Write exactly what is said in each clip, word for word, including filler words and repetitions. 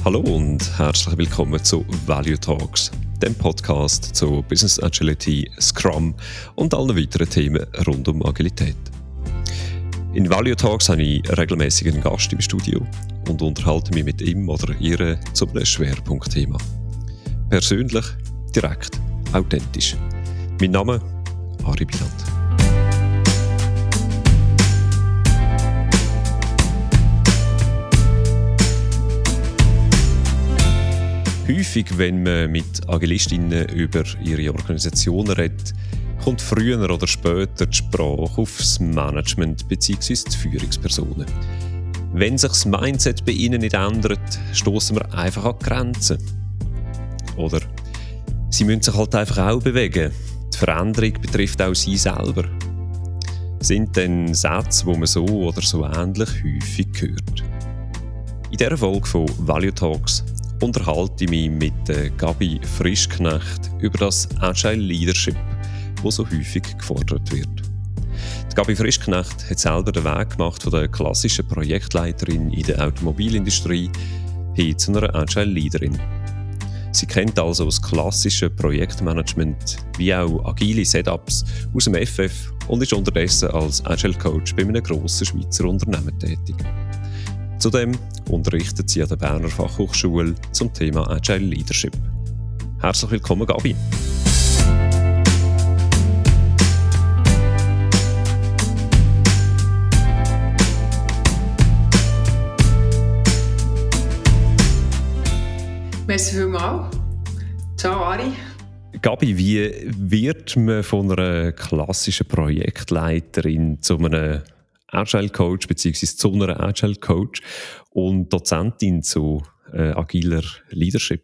Hallo und herzlich willkommen zu Value Talks, dem Podcast zu Business Agility, Scrum und allen weiteren Themen rund um Agilität. In Value Talks habe ich regelmäßig einen Gast im Studio und unterhalte mich mit ihm oder ihr zu einem Schwerpunktthema. Persönlich, direkt, authentisch. Mein Name: Ari Biland. Häufig, wenn man mit Agilistinnen über ihre Organisationen redet, kommt früher oder später die Sprache aufs Management bzw. die Führungspersonen. Wenn sich das Mindset bei ihnen nicht ändert, stoßen wir einfach an die Grenzen. Oder sie müssen sich halt einfach auch bewegen. Die Veränderung betrifft auch sie selber. Das sind dann Sätze, die man so oder so ähnlich häufig hört. In dieser Folge von Value Talks unterhalte ich mich mit äh, Gabi Frischknecht über das Agile Leadership, das so häufig gefordert wird. Die Gabi Frischknecht hat selber den Weg gemacht von der klassischen Projektleiterin in der Automobilindustrie hin zu einer Agile Leaderin. Sie kennt also das klassische Projektmanagement wie auch agile Setups aus dem F F und ist unterdessen als Agile Coach bei einem grossen Schweizer Unternehmen tätig. Zudem unterrichtet sie an der Berner Fachhochschule zum Thema Agile Leadership. Herzlich willkommen, Gabi. Merci vielmals. Ciao, Ari. Gabi, wie wird man von einer klassischen Projektleiterin zu einem Agile Coach bzw. zu einer Agile Coach und Dozentin zu äh, agiler Leadership?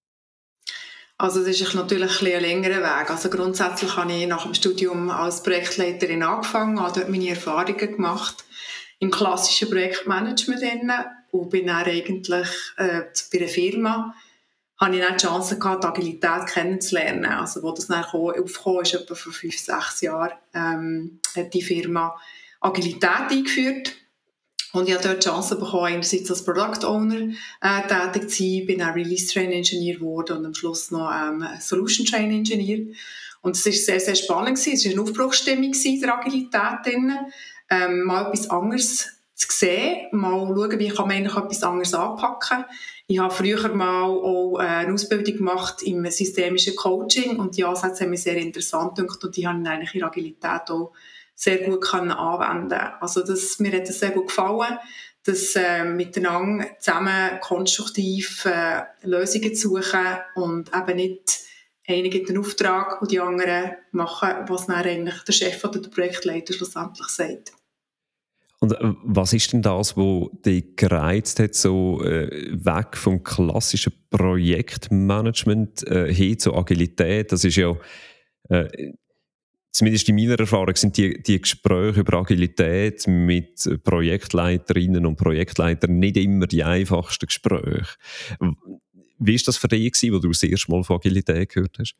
Also das ist natürlich ein, ein längerer Weg. Also grundsätzlich habe ich nach dem Studium als Projektleiterin angefangen, habe dort meine Erfahrungen gemacht im klassischen Projektmanagement und bin dann eigentlich äh, bei einer Firma habe ich dann die Chance gehabt, die Agilität kennenzulernen. Also wo das dann aufgekommen ist, etwa vor fünf, sechs Jahren, ähm, hat die Firma Agilität eingeführt. Und ich habe dort die Chance bekommen, einerseits als Product Owner äh, tätig zu sein, bin auch Release Train Engineer geworden und am Schluss noch ähm, Solution Train Engineer. Und es war sehr, sehr spannend gewesen. Es war eine Aufbruchsstimmung in der Agilität drin. Ähm, mal etwas anderes zu sehen, mal schauen, wie kann man eigentlich etwas anderes anpacken. Ich habe früher mal auch eine Ausbildung gemacht im systemischen Coaching und die Ansätze haben mich sehr interessant gedacht und die habe ich eigentlich in der Agilität auch sehr gut anwenden können. Also das, mir hat es sehr gut gefallen, das äh, miteinander zusammen konstruktiv äh, Lösungen zu suchen und eben nicht einer gibt einen Auftrag und die anderen machen, was dann eigentlich der Chef oder der Projektleiter schlussendlich sagt. Und was ist denn das, was dich gereizt hat, so äh, weg vom klassischen Projektmanagement äh, hin zur Agilität? Das ist ja äh, zumindest in meiner Erfahrung sind die, die Gespräche über Agilität mit Projektleiterinnen und Projektleitern nicht immer die einfachsten Gespräche. Wie war das für dich, als du das erste Mal von Agilität gehört hast?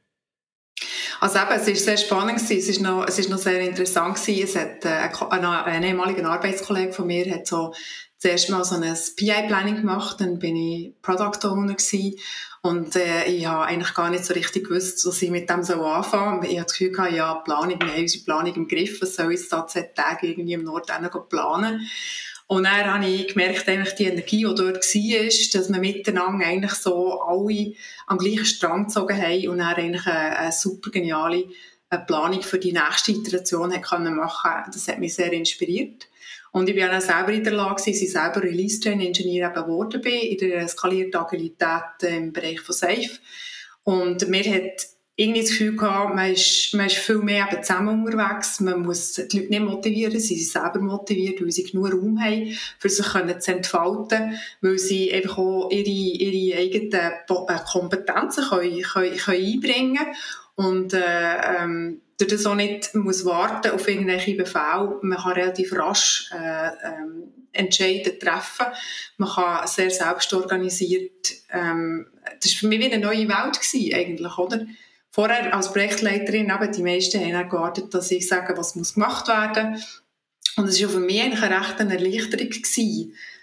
Also eben, es war sehr spannend, es ist noch, es ist noch sehr interessant gewesen. Es hat, äh, ein, ein ehemaliger Arbeitskollege von mir hat so zuerst mal so ein P I-Planning gemacht, dann bin ich Product Owner gewesen. Und äh, ich habe eigentlich gar nicht so richtig gewusst, was ich mit dem so anfangen soll. Ich hatte das Gefühl gehabt, ja, Planung, wir haben unsere Planung im Griff, was soll ich jetzt da zehn Tage irgendwie im Norden planen? Und dann habe ich gemerkt, eigentlich die Energie, die dort war, dass wir miteinander eigentlich so alle am gleichen Strang gezogen haben und dann eigentlich eine, eine super geniale Planung für die nächste Iteration machen konnten. Das hat mich sehr inspiriert. Und ich war auch selber in der Lage, dass ich selber Release Train Engineer geworden bin, in der skalierten Agilität im Bereich von Safe. Und mir hat irgendwie das Gefühl gehabt, man ist, man ist viel mehr eben zusammen unterwegs. Man muss die Leute nicht motivieren, sie sind selber motiviert, weil sie genug Raum haben, für sich zu entfalten, weil sie einfach auch ihre, ihre eigenen Kompetenzen können, können, können einbringen können. Und äh, ähm, durch das auch nicht muss warten auf irgendwelche Befehle. Man kann relativ rasch äh, ähm, Entscheidungen treffen. Man kann sehr selbstorganisiert. Ähm, das war für mich wie eine neue Welt gewesen, eigentlich, oder? Vorher als Projektleiterin, eben, die meisten haben gewartet, dass ich sage, was muss gemacht werden. Und es war für mich eigentlich eine recht eine Erleichterung gewesen,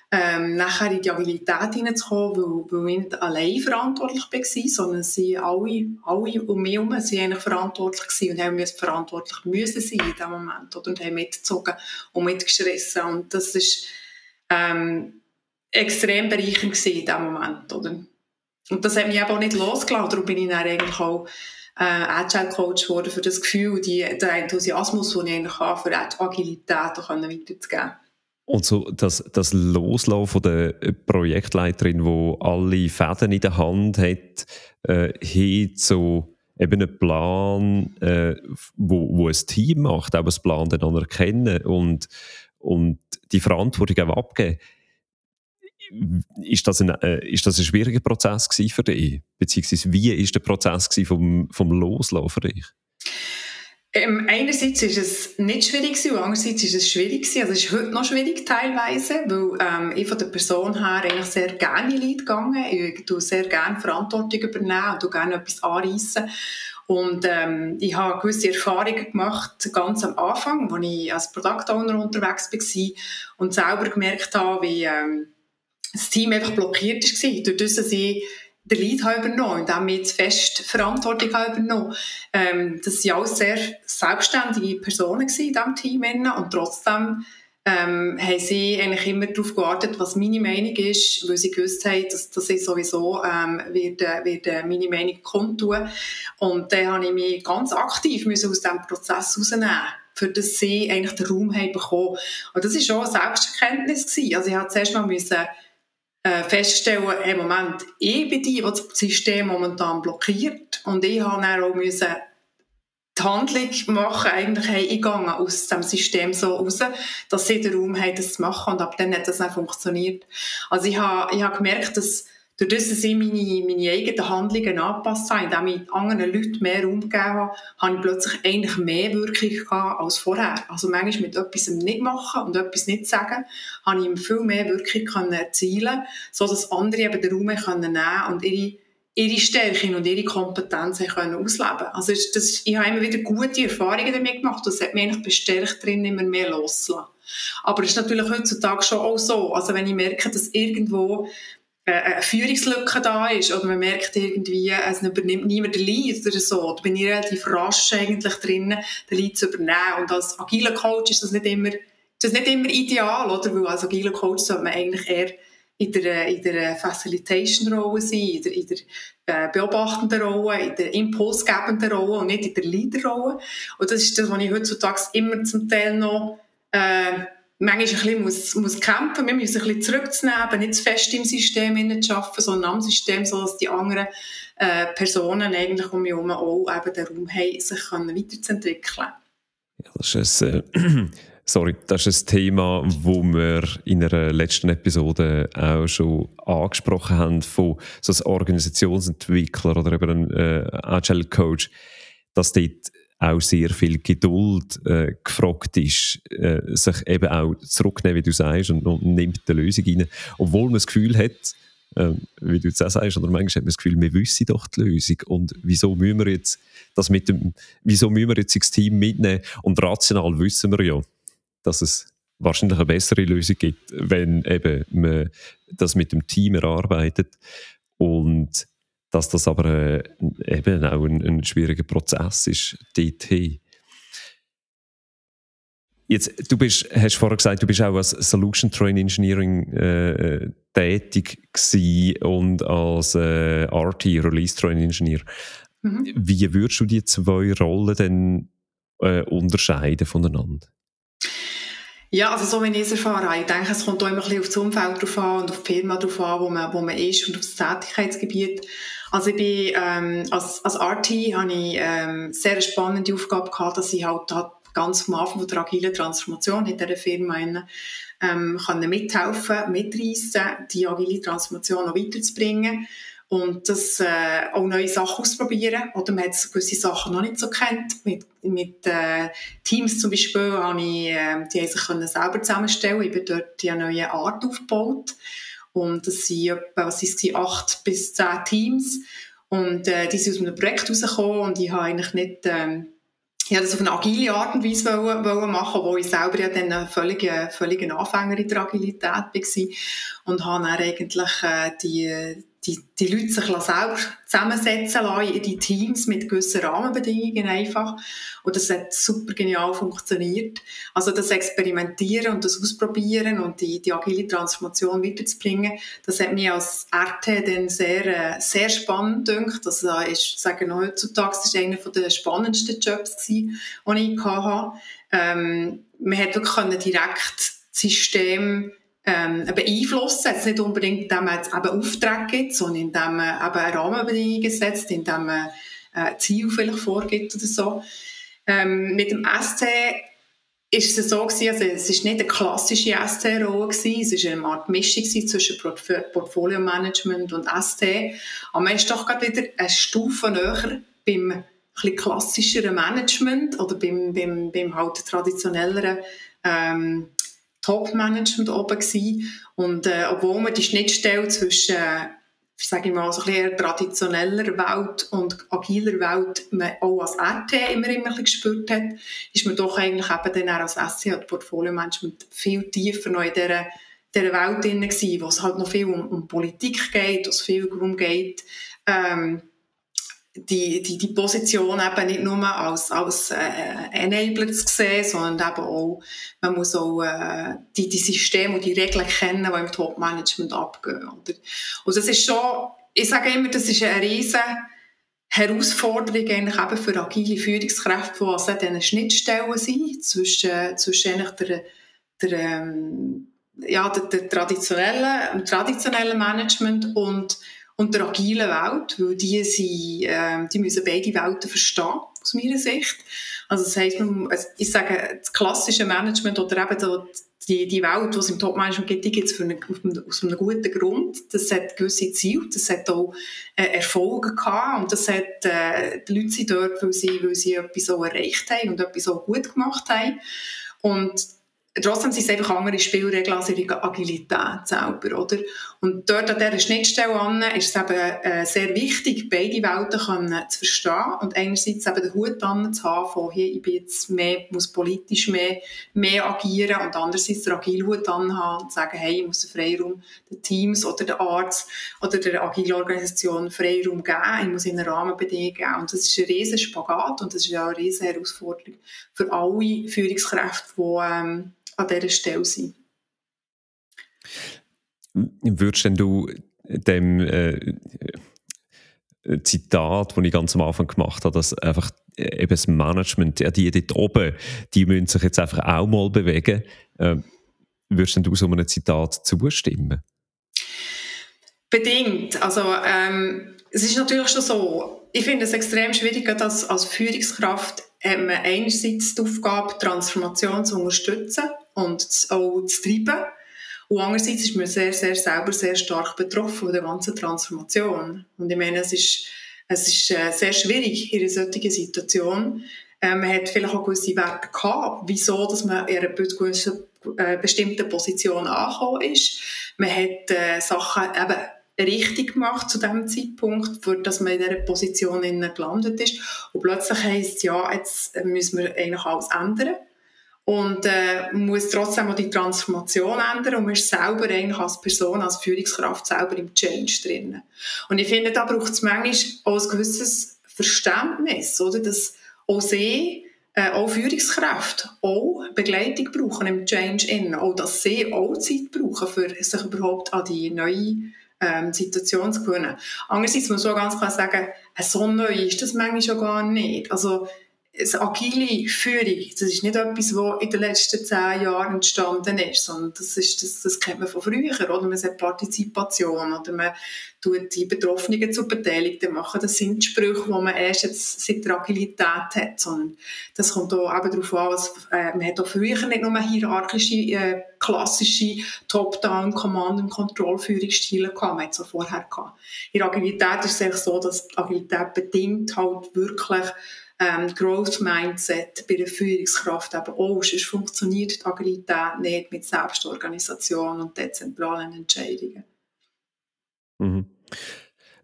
ähm, nachher in die Agilität hineinzukommen, weil, weil ich nicht allein verantwortlich war, sondern sie alle, alle um mich herum sind eigentlich verantwortlich gewesen und haben müssen verantwortlich müssen sein in diesem Moment, oder? Und haben mitgezogen und mitgeschrissen. Und das ist ähm, extrem bereichernd gewesen in diesem Moment, oder? Und das hat mich eben auch nicht losgelassen. Darum bin ich dann eigentlich auch äh, Agile Coach geworden, für das Gefühl, die, den Enthusiasmus, den ich eigentlich habe, für Agilität auch weiterzugeben. Und so das, das Loslassen von der Projektleiterin, die alle Fäden in der Hand hat, äh, hin zu eben einem Plan, äh, wo, wo ein Team macht, auch einen Plan dann anerkennen und, und die Verantwortung auch abgeben. Ist das ein, äh, ist das ein schwieriger Prozess gewesen für dich? Beziehungsweise wie war der Prozess vom, vom Loslassen für dich? Ähm, einerseits war es nicht schwierig und andererseits war es schwierig. Also es ist heute noch schwierig teilweise, weil ähm, ich von der Person her eigentlich sehr gerne in Leid gegangen. Ich tue sehr gerne Verantwortung übernehmen und tue gerne etwas anreissen. Und ähm, ich habe gewisse Erfahrungen gemacht, ganz am Anfang, als ich als Product Owner unterwegs war und selber gemerkt habe, wie ähm, das Team einfach blockiert war, durch das, dass ich den Lead habe übernommen, indem ich jetzt fest Verantwortung habe übernommen. Ähm, das waren alles sehr selbstständige Personen in diesem Team und trotzdem ähm, haben sie eigentlich immer darauf gewartet, was meine Meinung ist, weil sie gewusst haben, dass, dass ich sowieso ähm, wird, wird meine Meinung kundtun. Und dann habe ich mich ganz aktiv müssen aus diesem Prozess rausnehmen, für das sie eigentlich den Raum haben bekommen. Und das war schon eine Selbsterkenntnis gewesen. Also ich musste zuerst mal müssen feststellen, hey, Moment, ich bin die, die das System momentan blockiert. Und ich musste dann auch müssen die Handlung machen, eigentlich eingegangen aus dem System so raus, dass sie den Raum haben, das zu machen. Und ab dann hat das dann funktioniert. Also ich habe, ich habe gemerkt, dass durch das, dass ich meine, meine eigenen Handlungen angepasst habe, indem ich anderen Leuten mehr Raum gegeben habe, habe ich plötzlich eigentlich mehr Wirkung gehabt als vorher. Also manchmal mit etwas nicht machen und etwas nicht sagen, habe ich viel mehr Wirkung erzielen, sodass andere eben den Raum nehmen können und ihre, ihre Stärken und ihre Kompetenzen können ausleben. Also das, ich habe immer wieder gute Erfahrungen damit gemacht. Das hat mich eigentlich bestärkt drin, immer mehr loszulassen. Aber es ist natürlich heutzutage schon auch so. Also wenn ich merke, dass irgendwo eine Führungslücke da ist oder man merkt irgendwie, es übernimmt niemand den Lead oder so, da bin ich relativ rasch eigentlich drin, den Lead zu übernehmen. Und als agiler Coach ist das nicht immer, das nicht immer ideal, oder? Weil als agiler Coach sollte man eigentlich eher in der, in der Facilitation-Rolle sein, in der, in der beobachtenden Rolle, in der impulsgebenden Rolle und nicht in der Leader-Rolle. Und das ist das, was ich heutzutage immer zum Teil noch äh, manchmal ein bisschen muss, muss kämpfen, wir müssen ein bisschen zurückzunehmen, nicht zu fest im System zu arbeiten, sondern am System, sodass die anderen äh, Personen eigentlich um mich herum auch eben den Raum haben, sich können weiterzuentwickeln. Ja, das ist ein, äh, sorry, das ist ein Thema, das wir in einer letzten Episode auch schon angesprochen haben, von so einem Organisationsentwickler oder eben einem äh, Agile Coach, dass dort auch sehr viel Geduld äh, gefragt ist, äh, sich eben auch zurücknehmen, wie du sagst, und, und nimmt die Lösung rein. Obwohl man das Gefühl hat, äh, wie du jetzt auch sagst, oder manchmal hat man das Gefühl, wir wissen doch die Lösung. Und wieso müssen wir jetzt das mit dem, wieso müssen wir jetzt ins Team mitnehmen? Und rational wissen wir ja, dass es wahrscheinlich eine bessere Lösung gibt, wenn eben man das mit dem Team erarbeitet. Und dass das aber äh, eben auch ein, ein schwieriger Prozess ist, dorthin. Jetzt, du bist, hast vorher gesagt, du bist auch als Solution Train Engineering äh, tätig gewesen und als äh, R T, Release Train Engineer. Mhm. Wie würdest du die zwei Rollen denn äh, unterscheiden voneinander? Ja, also so wie ich es erfahren habe, ich denke, es kommt auch immer ein bisschen auf das Umfeld drauf an und auf die Firma drauf an, wo man, wo man ist und auf das Tätigkeitsgebiet. Also ich bin, ähm, als, als R T habe ich ähm, sehr eine spannende Aufgabe gehabt, dass ich halt ganz am Anfang von der agilen Transformation in dieser Firma ähm, kann mithelfen, mitreissen, die agile Transformation auch weiterzubringen. Und das äh, auch neue Sachen ausprobieren. Oder man hat gewisse Sachen noch nicht so kennt. Mit, mit äh, Teams zum Beispiel habe ich, äh, die haben sich können selber zusammenstellen. Ich habe dort die neue Art aufgebaut. Und das sind etwa, was ist es, acht bis zehn Teams. Und äh, die sind aus einem Projekt rausgekommen und ich habe eigentlich nicht, ähm, ich wollte das auf eine agile Art und Weise wollen, wollen machen, wo ich selber ja dann ein völliger, völliger Anfänger in der Agilität war und habe dann eigentlich äh, die, die, die Leute sich selber zusammensetzen lassen in die Teams mit gewissen Rahmenbedingungen einfach. Und das hat super genial funktioniert. Also das Experimentieren und das Ausprobieren und die, die agile Transformation weiterzubringen, das hat mich als R T dann sehr, sehr spannend gedacht. Das ist, ich sage noch heutzutage, das war einer der spannendsten Jobs gewesen, die ich hatte. Ähm, man hat wirklich direkt das System ähm, beeinflussen, jetzt nicht unbedingt, indem man jetzt eben Aufträge gibt, sondern indem man eben Rahmenbedingungen setzt, indem man äh, Ziel vielleicht vorgibt oder so. Ähm, mit dem S C ist es so gewesen, also es ist nicht eine klassische S C-Rolle gewesen, es war eine Art Mischung zwischen Portfolio-Management und S T, aber man ist doch gerade wieder eine Stufe näher beim ein bisschen klassischeren Management oder beim, beim, beim halt traditionelleren ähm, Top-Management oben gewesen. Und äh, obwohl man die Schnittstelle zwischen, äh, sage ich mal, so ein bisschen traditioneller Welt und agiler Welt man auch als R T immer, immer ein bisschen gespürt hat, ist man doch eigentlich eben dann auch als S C und Portfolio-Management viel tiefer noch in dieser, dieser Welt drin gewesen, wo es halt noch viel um, um Politik geht, wo es viel darum geht, ähm, Die, die, die Position eben nicht nur als, als äh, Enabler zu sehen, sondern eben auch, man muss auch äh, die, die Systeme und die Regeln kennen, die im Top-Management abgehen. Oder? Und das ist schon, ich sage immer, das ist eine riesen Herausforderung eigentlich eben für agile Führungskräfte, die also diese Schnittstellen sind zwischen, zwischen eigentlich der, der, ähm, ja, der, der traditionellen, dem traditionellen Management und und der agilen Welt, weil die, sind, äh, die müssen beide Welten verstehen, aus meiner Sicht. Also das heisst, ich sage, das klassische Management oder eben die, die Welt, die es im Top-Management gibt, die gibt es eine, aus einem guten Grund. Das hat gewisse Ziele, das hat auch äh, Erfolge gehabt und das hat, äh, die Leute sind dort, weil sie, weil sie etwas auch erreicht haben und etwas auch gut gemacht haben. Und trotzdem sind es einfach andere Spielregeln als ihre Agilität selber, oder? Und dort an dieser Schnittstelle an ist es eben äh, sehr wichtig, beide Welten können zu verstehen und einerseits eben den Hut an zu haben, von hier, ich bin jetzt mehr, muss politisch mehr, mehr agieren und andererseits den agilen Hut an haben und sagen, hey, ich muss den Freiraum den Teams oder den Arzt oder der agilen Organisation Freiraum geben, ich muss ihnen Rahmenbedingungen geben und das ist ein riesen Spagat und das ist ja eine riesen Herausforderung für alle Führungskräfte, die ähm, an dieser Stelle sein. Würdest denn du dem äh, Zitat, das ich ganz am Anfang gemacht habe, dass einfach eben das Management, ja, die dort oben, die müssen sich jetzt einfach auch mal bewegen, äh, würdest denn du so einem Zitat zustimmen? Bedingt. Also ähm, es ist natürlich schon so, ich finde es extrem schwierig, dass als Führungskraft hat man einerseits die Aufgabe, Transformation zu unterstützen und auch zu treiben. Und andererseits ist man sehr, sehr selber sehr stark betroffen von der ganzen Transformation. Und ich meine, es ist, es ist äh, sehr schwierig in einer solchen Situation. Äh, man hat vielleicht auch gewisse Werte gehabt, wieso dass man in einer gewissen, äh, bestimmten Position angekommen ist. Man hat äh, Sachen eben richtig gemacht zu dem Zeitpunkt, für dass man in dieser Position gelandet ist. Und plötzlich heisst es, ja, jetzt müssen wir eigentlich alles ändern. Und äh, man muss trotzdem auch die Transformation ändern und man ist selber eigentlich als Person, als Führungskraft selber im Change drin. Und ich finde, da braucht es manchmal auch ein gewisses Verständnis, oder? Dass auch sie, äh, auch Führungskräfte, auch Begleitung brauchen im Change innen. Auch, dass sie auch Zeit brauchen, für sich überhaupt an die neue ähm, Situation zu gewöhnen. Andererseits muss man so ganz klar sagen, so neu ist das manchmal schon gar nicht. Also, eine agile Führung, das ist nicht etwas, was in den letzten zehn Jahren entstanden ist, sondern das, ist, das, das kennt man von früher, oder? Man sagt Partizipation, oder man tut die Betroffenen zu Beteiligten machen. Das sind Sprüche, die man erst jetzt seit der Agilität hat, sondern das kommt auch eben darauf an, was, äh, man hat auch früher nicht nur hierarchische, äh, klassische Top-Down Command- und Control-Führungsstile gehabt, man hat es auch vorher gehabt. In der Agilität ist es eigentlich so, dass die Agilität bedingt halt wirklich Ähm, Growth Mindset bei der Führungskraft eben auch. Sonst funktioniert die Agilität nicht mit Selbstorganisation und dezentralen Entscheidungen. Mhm.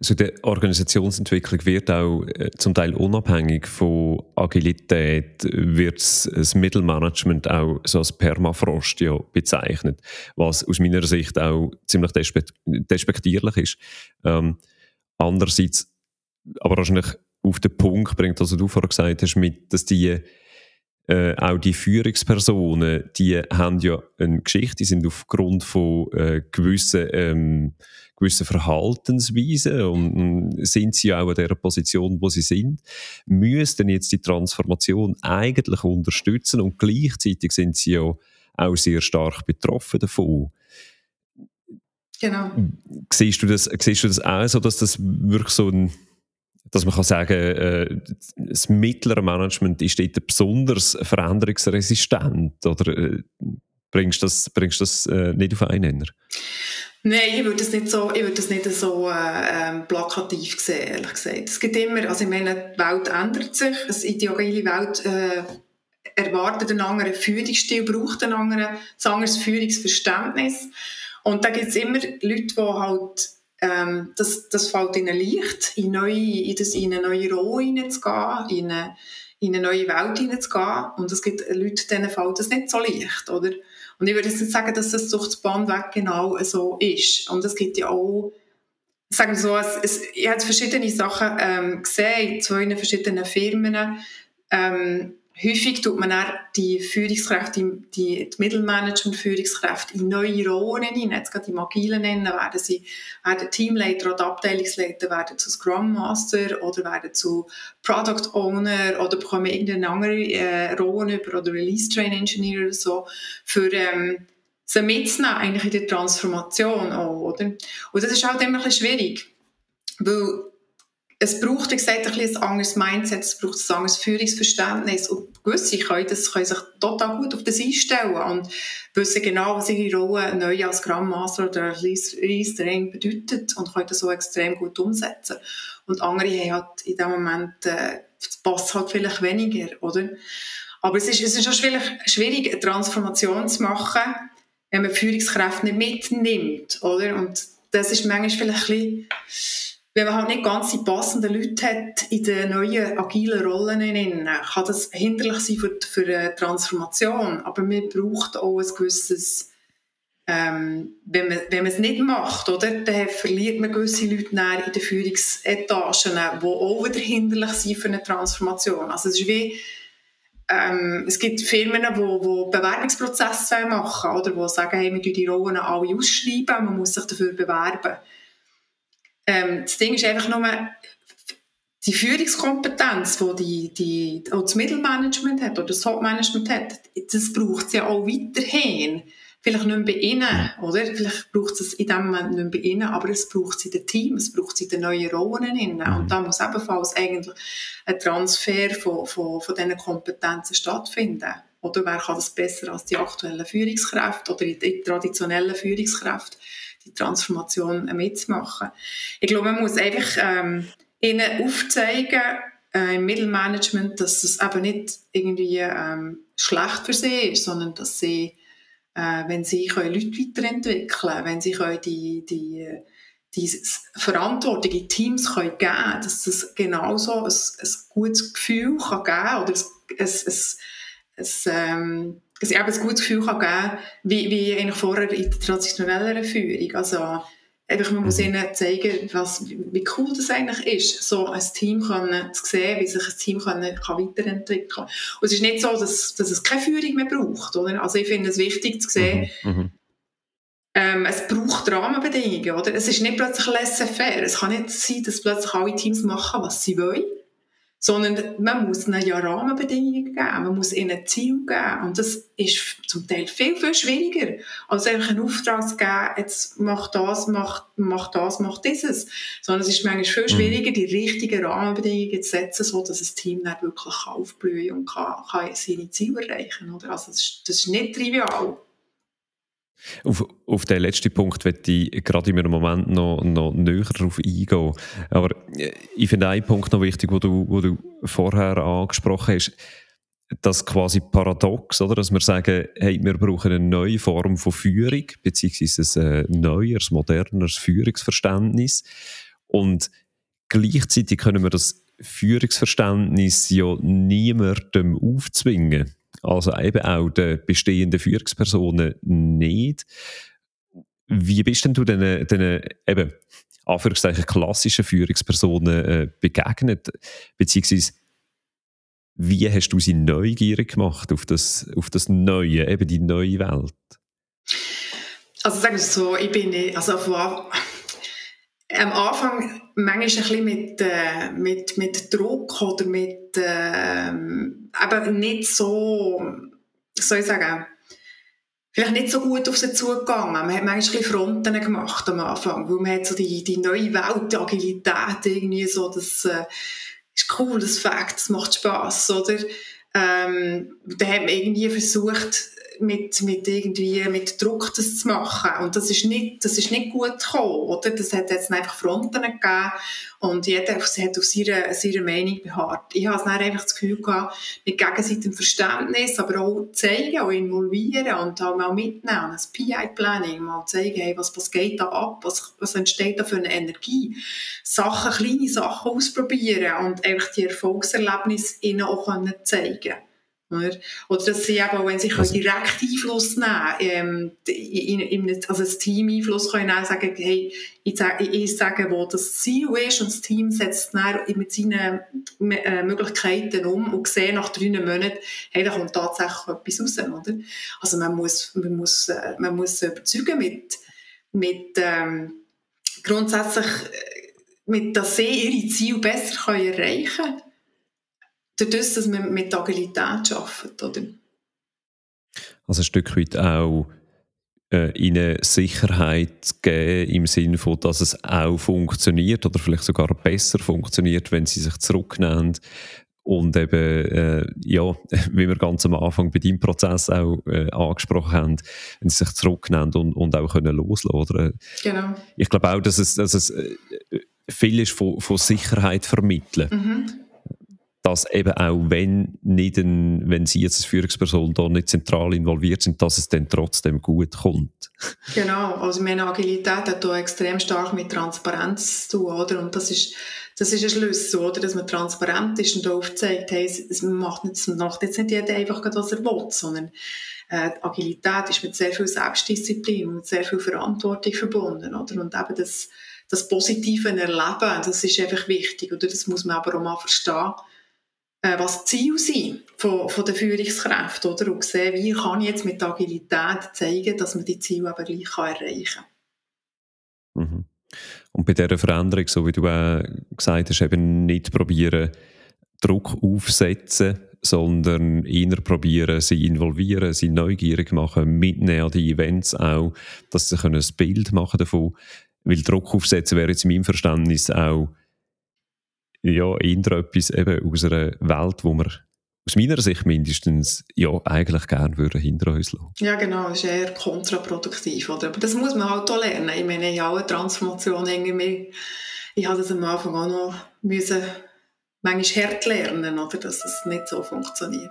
Also die Organisationsentwicklung wird auch äh, zum Teil unabhängig von Agilität, wird das Mittelmanagement auch so als Permafrost ja bezeichnet, was aus meiner Sicht auch ziemlich despekt- despektierlich ist. Ähm, andererseits aber wahrscheinlich auf den Punkt bringt, was du vorher gesagt hast, mit, dass die Äh, auch die Führungspersonen, die haben ja eine Geschichte, die sind aufgrund von äh, gewissen, ähm, gewissen Verhaltensweisen und und sind sie auch in der Position, wo sie sind, müssten jetzt die Transformation eigentlich unterstützen und gleichzeitig sind sie ja auch sehr stark betroffen davon. Genau. Siehst du das, siehst du das auch so, dass das wirklich so ein dass man kann sagen, äh, das mittlere Management ist dort besonders veränderungsresistent, oder äh, bringst du das, bringst das äh, nicht auf einen Nenner? Nein, ich würde das nicht so, ich würde das nicht so äh, plakativ sehen, ehrlich gesagt. Es gibt immer, also ich meine, die Welt ändert sich, die agile Welt äh, erwartet einen anderen Führungsstil, braucht einen anderen, ein anderes Führungsverständnis. Und da gibt es immer Leute, die halt Ähm, das, das fällt ihnen leicht, in, neue, in, das, in eine neue Rolle hineinzugehen, in eine, in eine neue Welt hineinzugehen. Und es gibt Leute, denen fällt das nicht so leicht, oder? Und ich würde jetzt nicht sagen, dass das durch das Band weg genau so ist. Und es gibt ja auch, sagen wir so, es, es, ich habe verschiedene Sachen ähm, gesehen, in zwei verschiedenen Firmen. Ähm, Häufig tut man dann die Führungskräfte, die, die Mittelmanagement-Führungskräfte in neue Rollen hinein. Jetzt gerade die Agilen nennen, werden sie werden Teamleiter oder Abteilungsleiter, werden zu Scrum Master oder werden zu Product Owner oder bekommen irgendeine andere äh, Rollen über oder Release Train Engineer oder so, für ähm, sie mitzunehmen eigentlich in der Transformation auch, oder? Und das ist halt immer ein bisschen schwierig, weil es braucht, wie gesagt, ein, ein anderes Mindset, es braucht ein anderes Führungsverständnis und gewisse können, das, können sich total gut auf das einstellen und wissen genau, was ihre Rolle neu als Scrum Master oder Release Train bedeutet und können das so extrem gut umsetzen. Und andere haben halt in dem Moment, äh, das passt halt vielleicht weniger, oder? Aber es ist, es ist auch schwierig, schwierig, eine Transformation zu machen, wenn man Führungskräfte nicht mitnimmt, oder? Und das ist manchmal vielleicht ein bisschen, wenn man halt nicht ganz die passenden Leute hat in den neuen agilen Rollen, kann das hinderlich sein für die, für die Transformation. Aber man braucht auch ein gewisses, ähm, wenn man, wenn man es nicht macht, oder, dann verliert man gewisse Leute in den Führungsetagen, die auch wieder hinderlich sind für eine Transformation. Also es ist wie, ähm, es gibt Firmen, die, die Bewerbungsprozesse machen, oder, die sagen, hey, wir tun die Rollen alle ausschreiben, man muss sich dafür bewerben. Ähm, das Ding ist einfach nur, die Führungskompetenz, die, die, die auch das Mittelmanagement hat oder das Top-Management hat, das braucht es ja auch weiterhin. Vielleicht nicht mehr bei ihnen, oder? Vielleicht braucht es in dem Moment nicht mehr bei ihnen, aber es braucht es in den Teams, es braucht es in den neuen Rollen. Mhm. Und da muss ebenfalls eigentlich ein Transfer von, von, von diesen Kompetenzen stattfinden. Oder wer kann das besser als die aktuellen Führungskräfte oder die traditionellen Führungskräfte, die Transformation mitzumachen. Ich glaube, man muss einfach ähm, ihnen aufzeigen, äh, im Mittelmanagement, dass es eben nicht irgendwie ähm, schlecht für sie ist, sondern dass sie, äh, wenn sie können Leute weiterentwickeln können, wenn sie können die, die, die Verantwortung in Teams können geben können, dass es genauso ein, ein gutes Gefühl kann geben oder ein, ein, ein, ein ähm, dass ich eben ein gutes Gefühl kann geben, wie, wie eigentlich vorher in der traditionelleren Führung. Also, einfach, man muss ihnen zeigen, was, wie cool das eigentlich ist, so ein Team können, zu sehen, wie sich ein Team können, kann weiterentwickeln kann. Und es ist nicht so, dass, dass es keine Führung mehr braucht, oder? Also, ich finde es wichtig zu sehen, mhm. ähm, es braucht Rahmenbedingungen, oder? Es ist nicht plötzlich laissez-faire. Es kann nicht sein, dass plötzlich alle Teams machen, was sie wollen. Sondern man muss ihnen ja Rahmenbedingungen geben, man muss ihnen ein Ziel geben. Und das ist zum Teil viel, viel schwieriger, als einfach einen Auftrag zu geben, jetzt mach das, mach, mach das, mach dieses. Sondern es ist manchmal viel schwieriger, die richtigen Rahmenbedingungen zu setzen, so dass ein Team dann wirklich aufblühen und kann, kann seine Ziele erreichen. Oder? Also das ist, das ist nicht trivial. Auf, auf den letzten Punkt möchte ich gerade in einem Moment noch, noch näher darauf eingehen. Aber ich finde einen Punkt noch wichtig, den du, wo du vorher angesprochen hast, das quasi Paradox, oder? Dass wir sagen, hey, wir brauchen eine neue Form von Führung, beziehungsweise ein neues, moderneres Führungsverständnis. Und gleichzeitig können wir das Führungsverständnis ja niemandem aufzwingen. Also eben auch den bestehenden Führungspersonen nicht. Wie bist denn du den, den eben, Anführungszeichen, klassischen Führungspersonen äh, begegnet? Beziehungsweise, wie hast du sie neugierig gemacht auf das, auf das Neue, eben die neue Welt? Also sagen wir es so, ich bin also von, am Anfang manchmal ein bisschen mit, äh, mit, mit Druck oder mit äh, eben nicht so, soll ich sagen, vielleicht nicht so gut auf sie zugegangen. Man hat manchmal ein bisschen Fronten gemacht am Anfang, weil man hat so die, die neue Welt, die Agilität irgendwie so, das äh, ist cool, das Fakt, das macht Spass, oder? Ähm, da hat man irgendwie versucht, mit, mit irgendwie, mit Druck das zu machen. Und das ist nicht, das ist nicht gut gekommen, oder? Das hat jetzt einfach Fronten gegeben und jeder hat auf seiner, seiner Meinung beharrt. Ich habe dann einfach das Gefühl gehabt, mit gegenseitigem Verständnis, aber auch zeigen, auch involvieren und auch mal mitnehmen, ein P I-Planning, mal zeigen, hey, was, was geht da ab, was, was entsteht da für eine Energie. Sachen, kleine Sachen ausprobieren und einfach die Erfolgserlebnisse ihnen auch zeigen können. Oder, oder dass sie eben, wenn sie also, direkt Einfluss nehmen ähm, in, in, also das Team Einfluss können auch sagen, hey, ich sage, ich sage, wo das Ziel ist und das Team setzt dann mit seinen äh, Möglichkeiten um und sieht nach drei Monaten, hey, da kommt tatsächlich etwas raus, oder? Also man muss, man muss, äh, man muss überzeugen mit, mit ähm, grundsätzlich, mit, dass sie ihre Ziele besser können erreichen können. Dadurch, dass man mit Agilität arbeitet, oder? Also ein Stück weit auch äh, ihnen Sicherheit geben, im Sinne von, dass es auch funktioniert oder vielleicht sogar besser funktioniert, wenn sie sich zurücknehmen und eben, äh, ja, wie wir ganz am Anfang bei deinem Prozess auch äh, angesprochen haben, wenn sie sich zurücknehmen und, und auch können loslassen, oder? Genau. Ich glaube auch, dass es, dass es äh, viel ist von, von Sicherheit vermitteln. Mhm. Dass eben auch, wenn, nicht ein, wenn Sie jetzt als Führungsperson da nicht zentral involviert sind, dass es dann trotzdem gut kommt. Genau, also meine Agilität hat hier extrem stark mit Transparenz zu tun, oder? Und das ist, das ist ein Schlüssel, oder? Dass man transparent ist und aufzeigt, hey, es macht, nicht, es macht jetzt nicht jeder einfach was er will, sondern äh, Agilität ist mit sehr viel Selbstdisziplin und mit sehr viel Verantwortung verbunden, oder? Und eben das, das positive Erleben, das ist einfach wichtig, oder? Das muss man aber auch mal verstehen, was die Ziele sind von, von der Führungskräfte, oder? Und sehen, wie kann ich jetzt mit Agilität zeigen, dass man die Ziele aber gleich erreichen kann. Mhm. Und bei dieser Veränderung, so wie du auch gesagt hast, eben nicht probieren, Druck aufsetzen, sondern eher probieren, sie involvieren, sie neugierig machen, mitnehmen an die Events auch, dass sie ein Bild machen davon. Weil Druck aufsetzen wäre jetzt in meinem Verständnis auch ja, eher etwas eben aus einer Welt, wo wir aus meiner Sicht mindestens ja, eigentlich gerne würden hinter uns lassen. Ja, genau, das ist eher kontraproduktiv. Oder? Aber das muss man halt auch lernen. Ich meine, ich habe eine Transformation irgendwie, ich habe das am Anfang auch noch müssen, manchmal hart lernen, oder? Dass es nicht so funktioniert.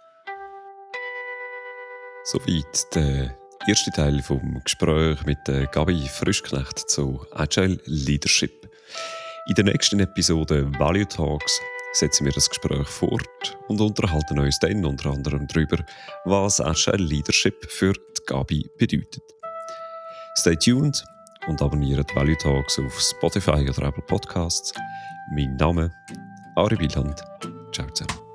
Soweit der erste Teil vom Gespräch mit Gabi Frischknecht zu Agile Leadership. In der nächsten Episode Value Talks setzen wir das Gespräch fort und unterhalten uns dann unter anderem darüber, was Agile Leadership für die Gabi bedeutet. Stay tuned und abonniert Value Talks auf Spotify oder Apple Podcasts. Mein Name Ari Wieland. Ciao zusammen.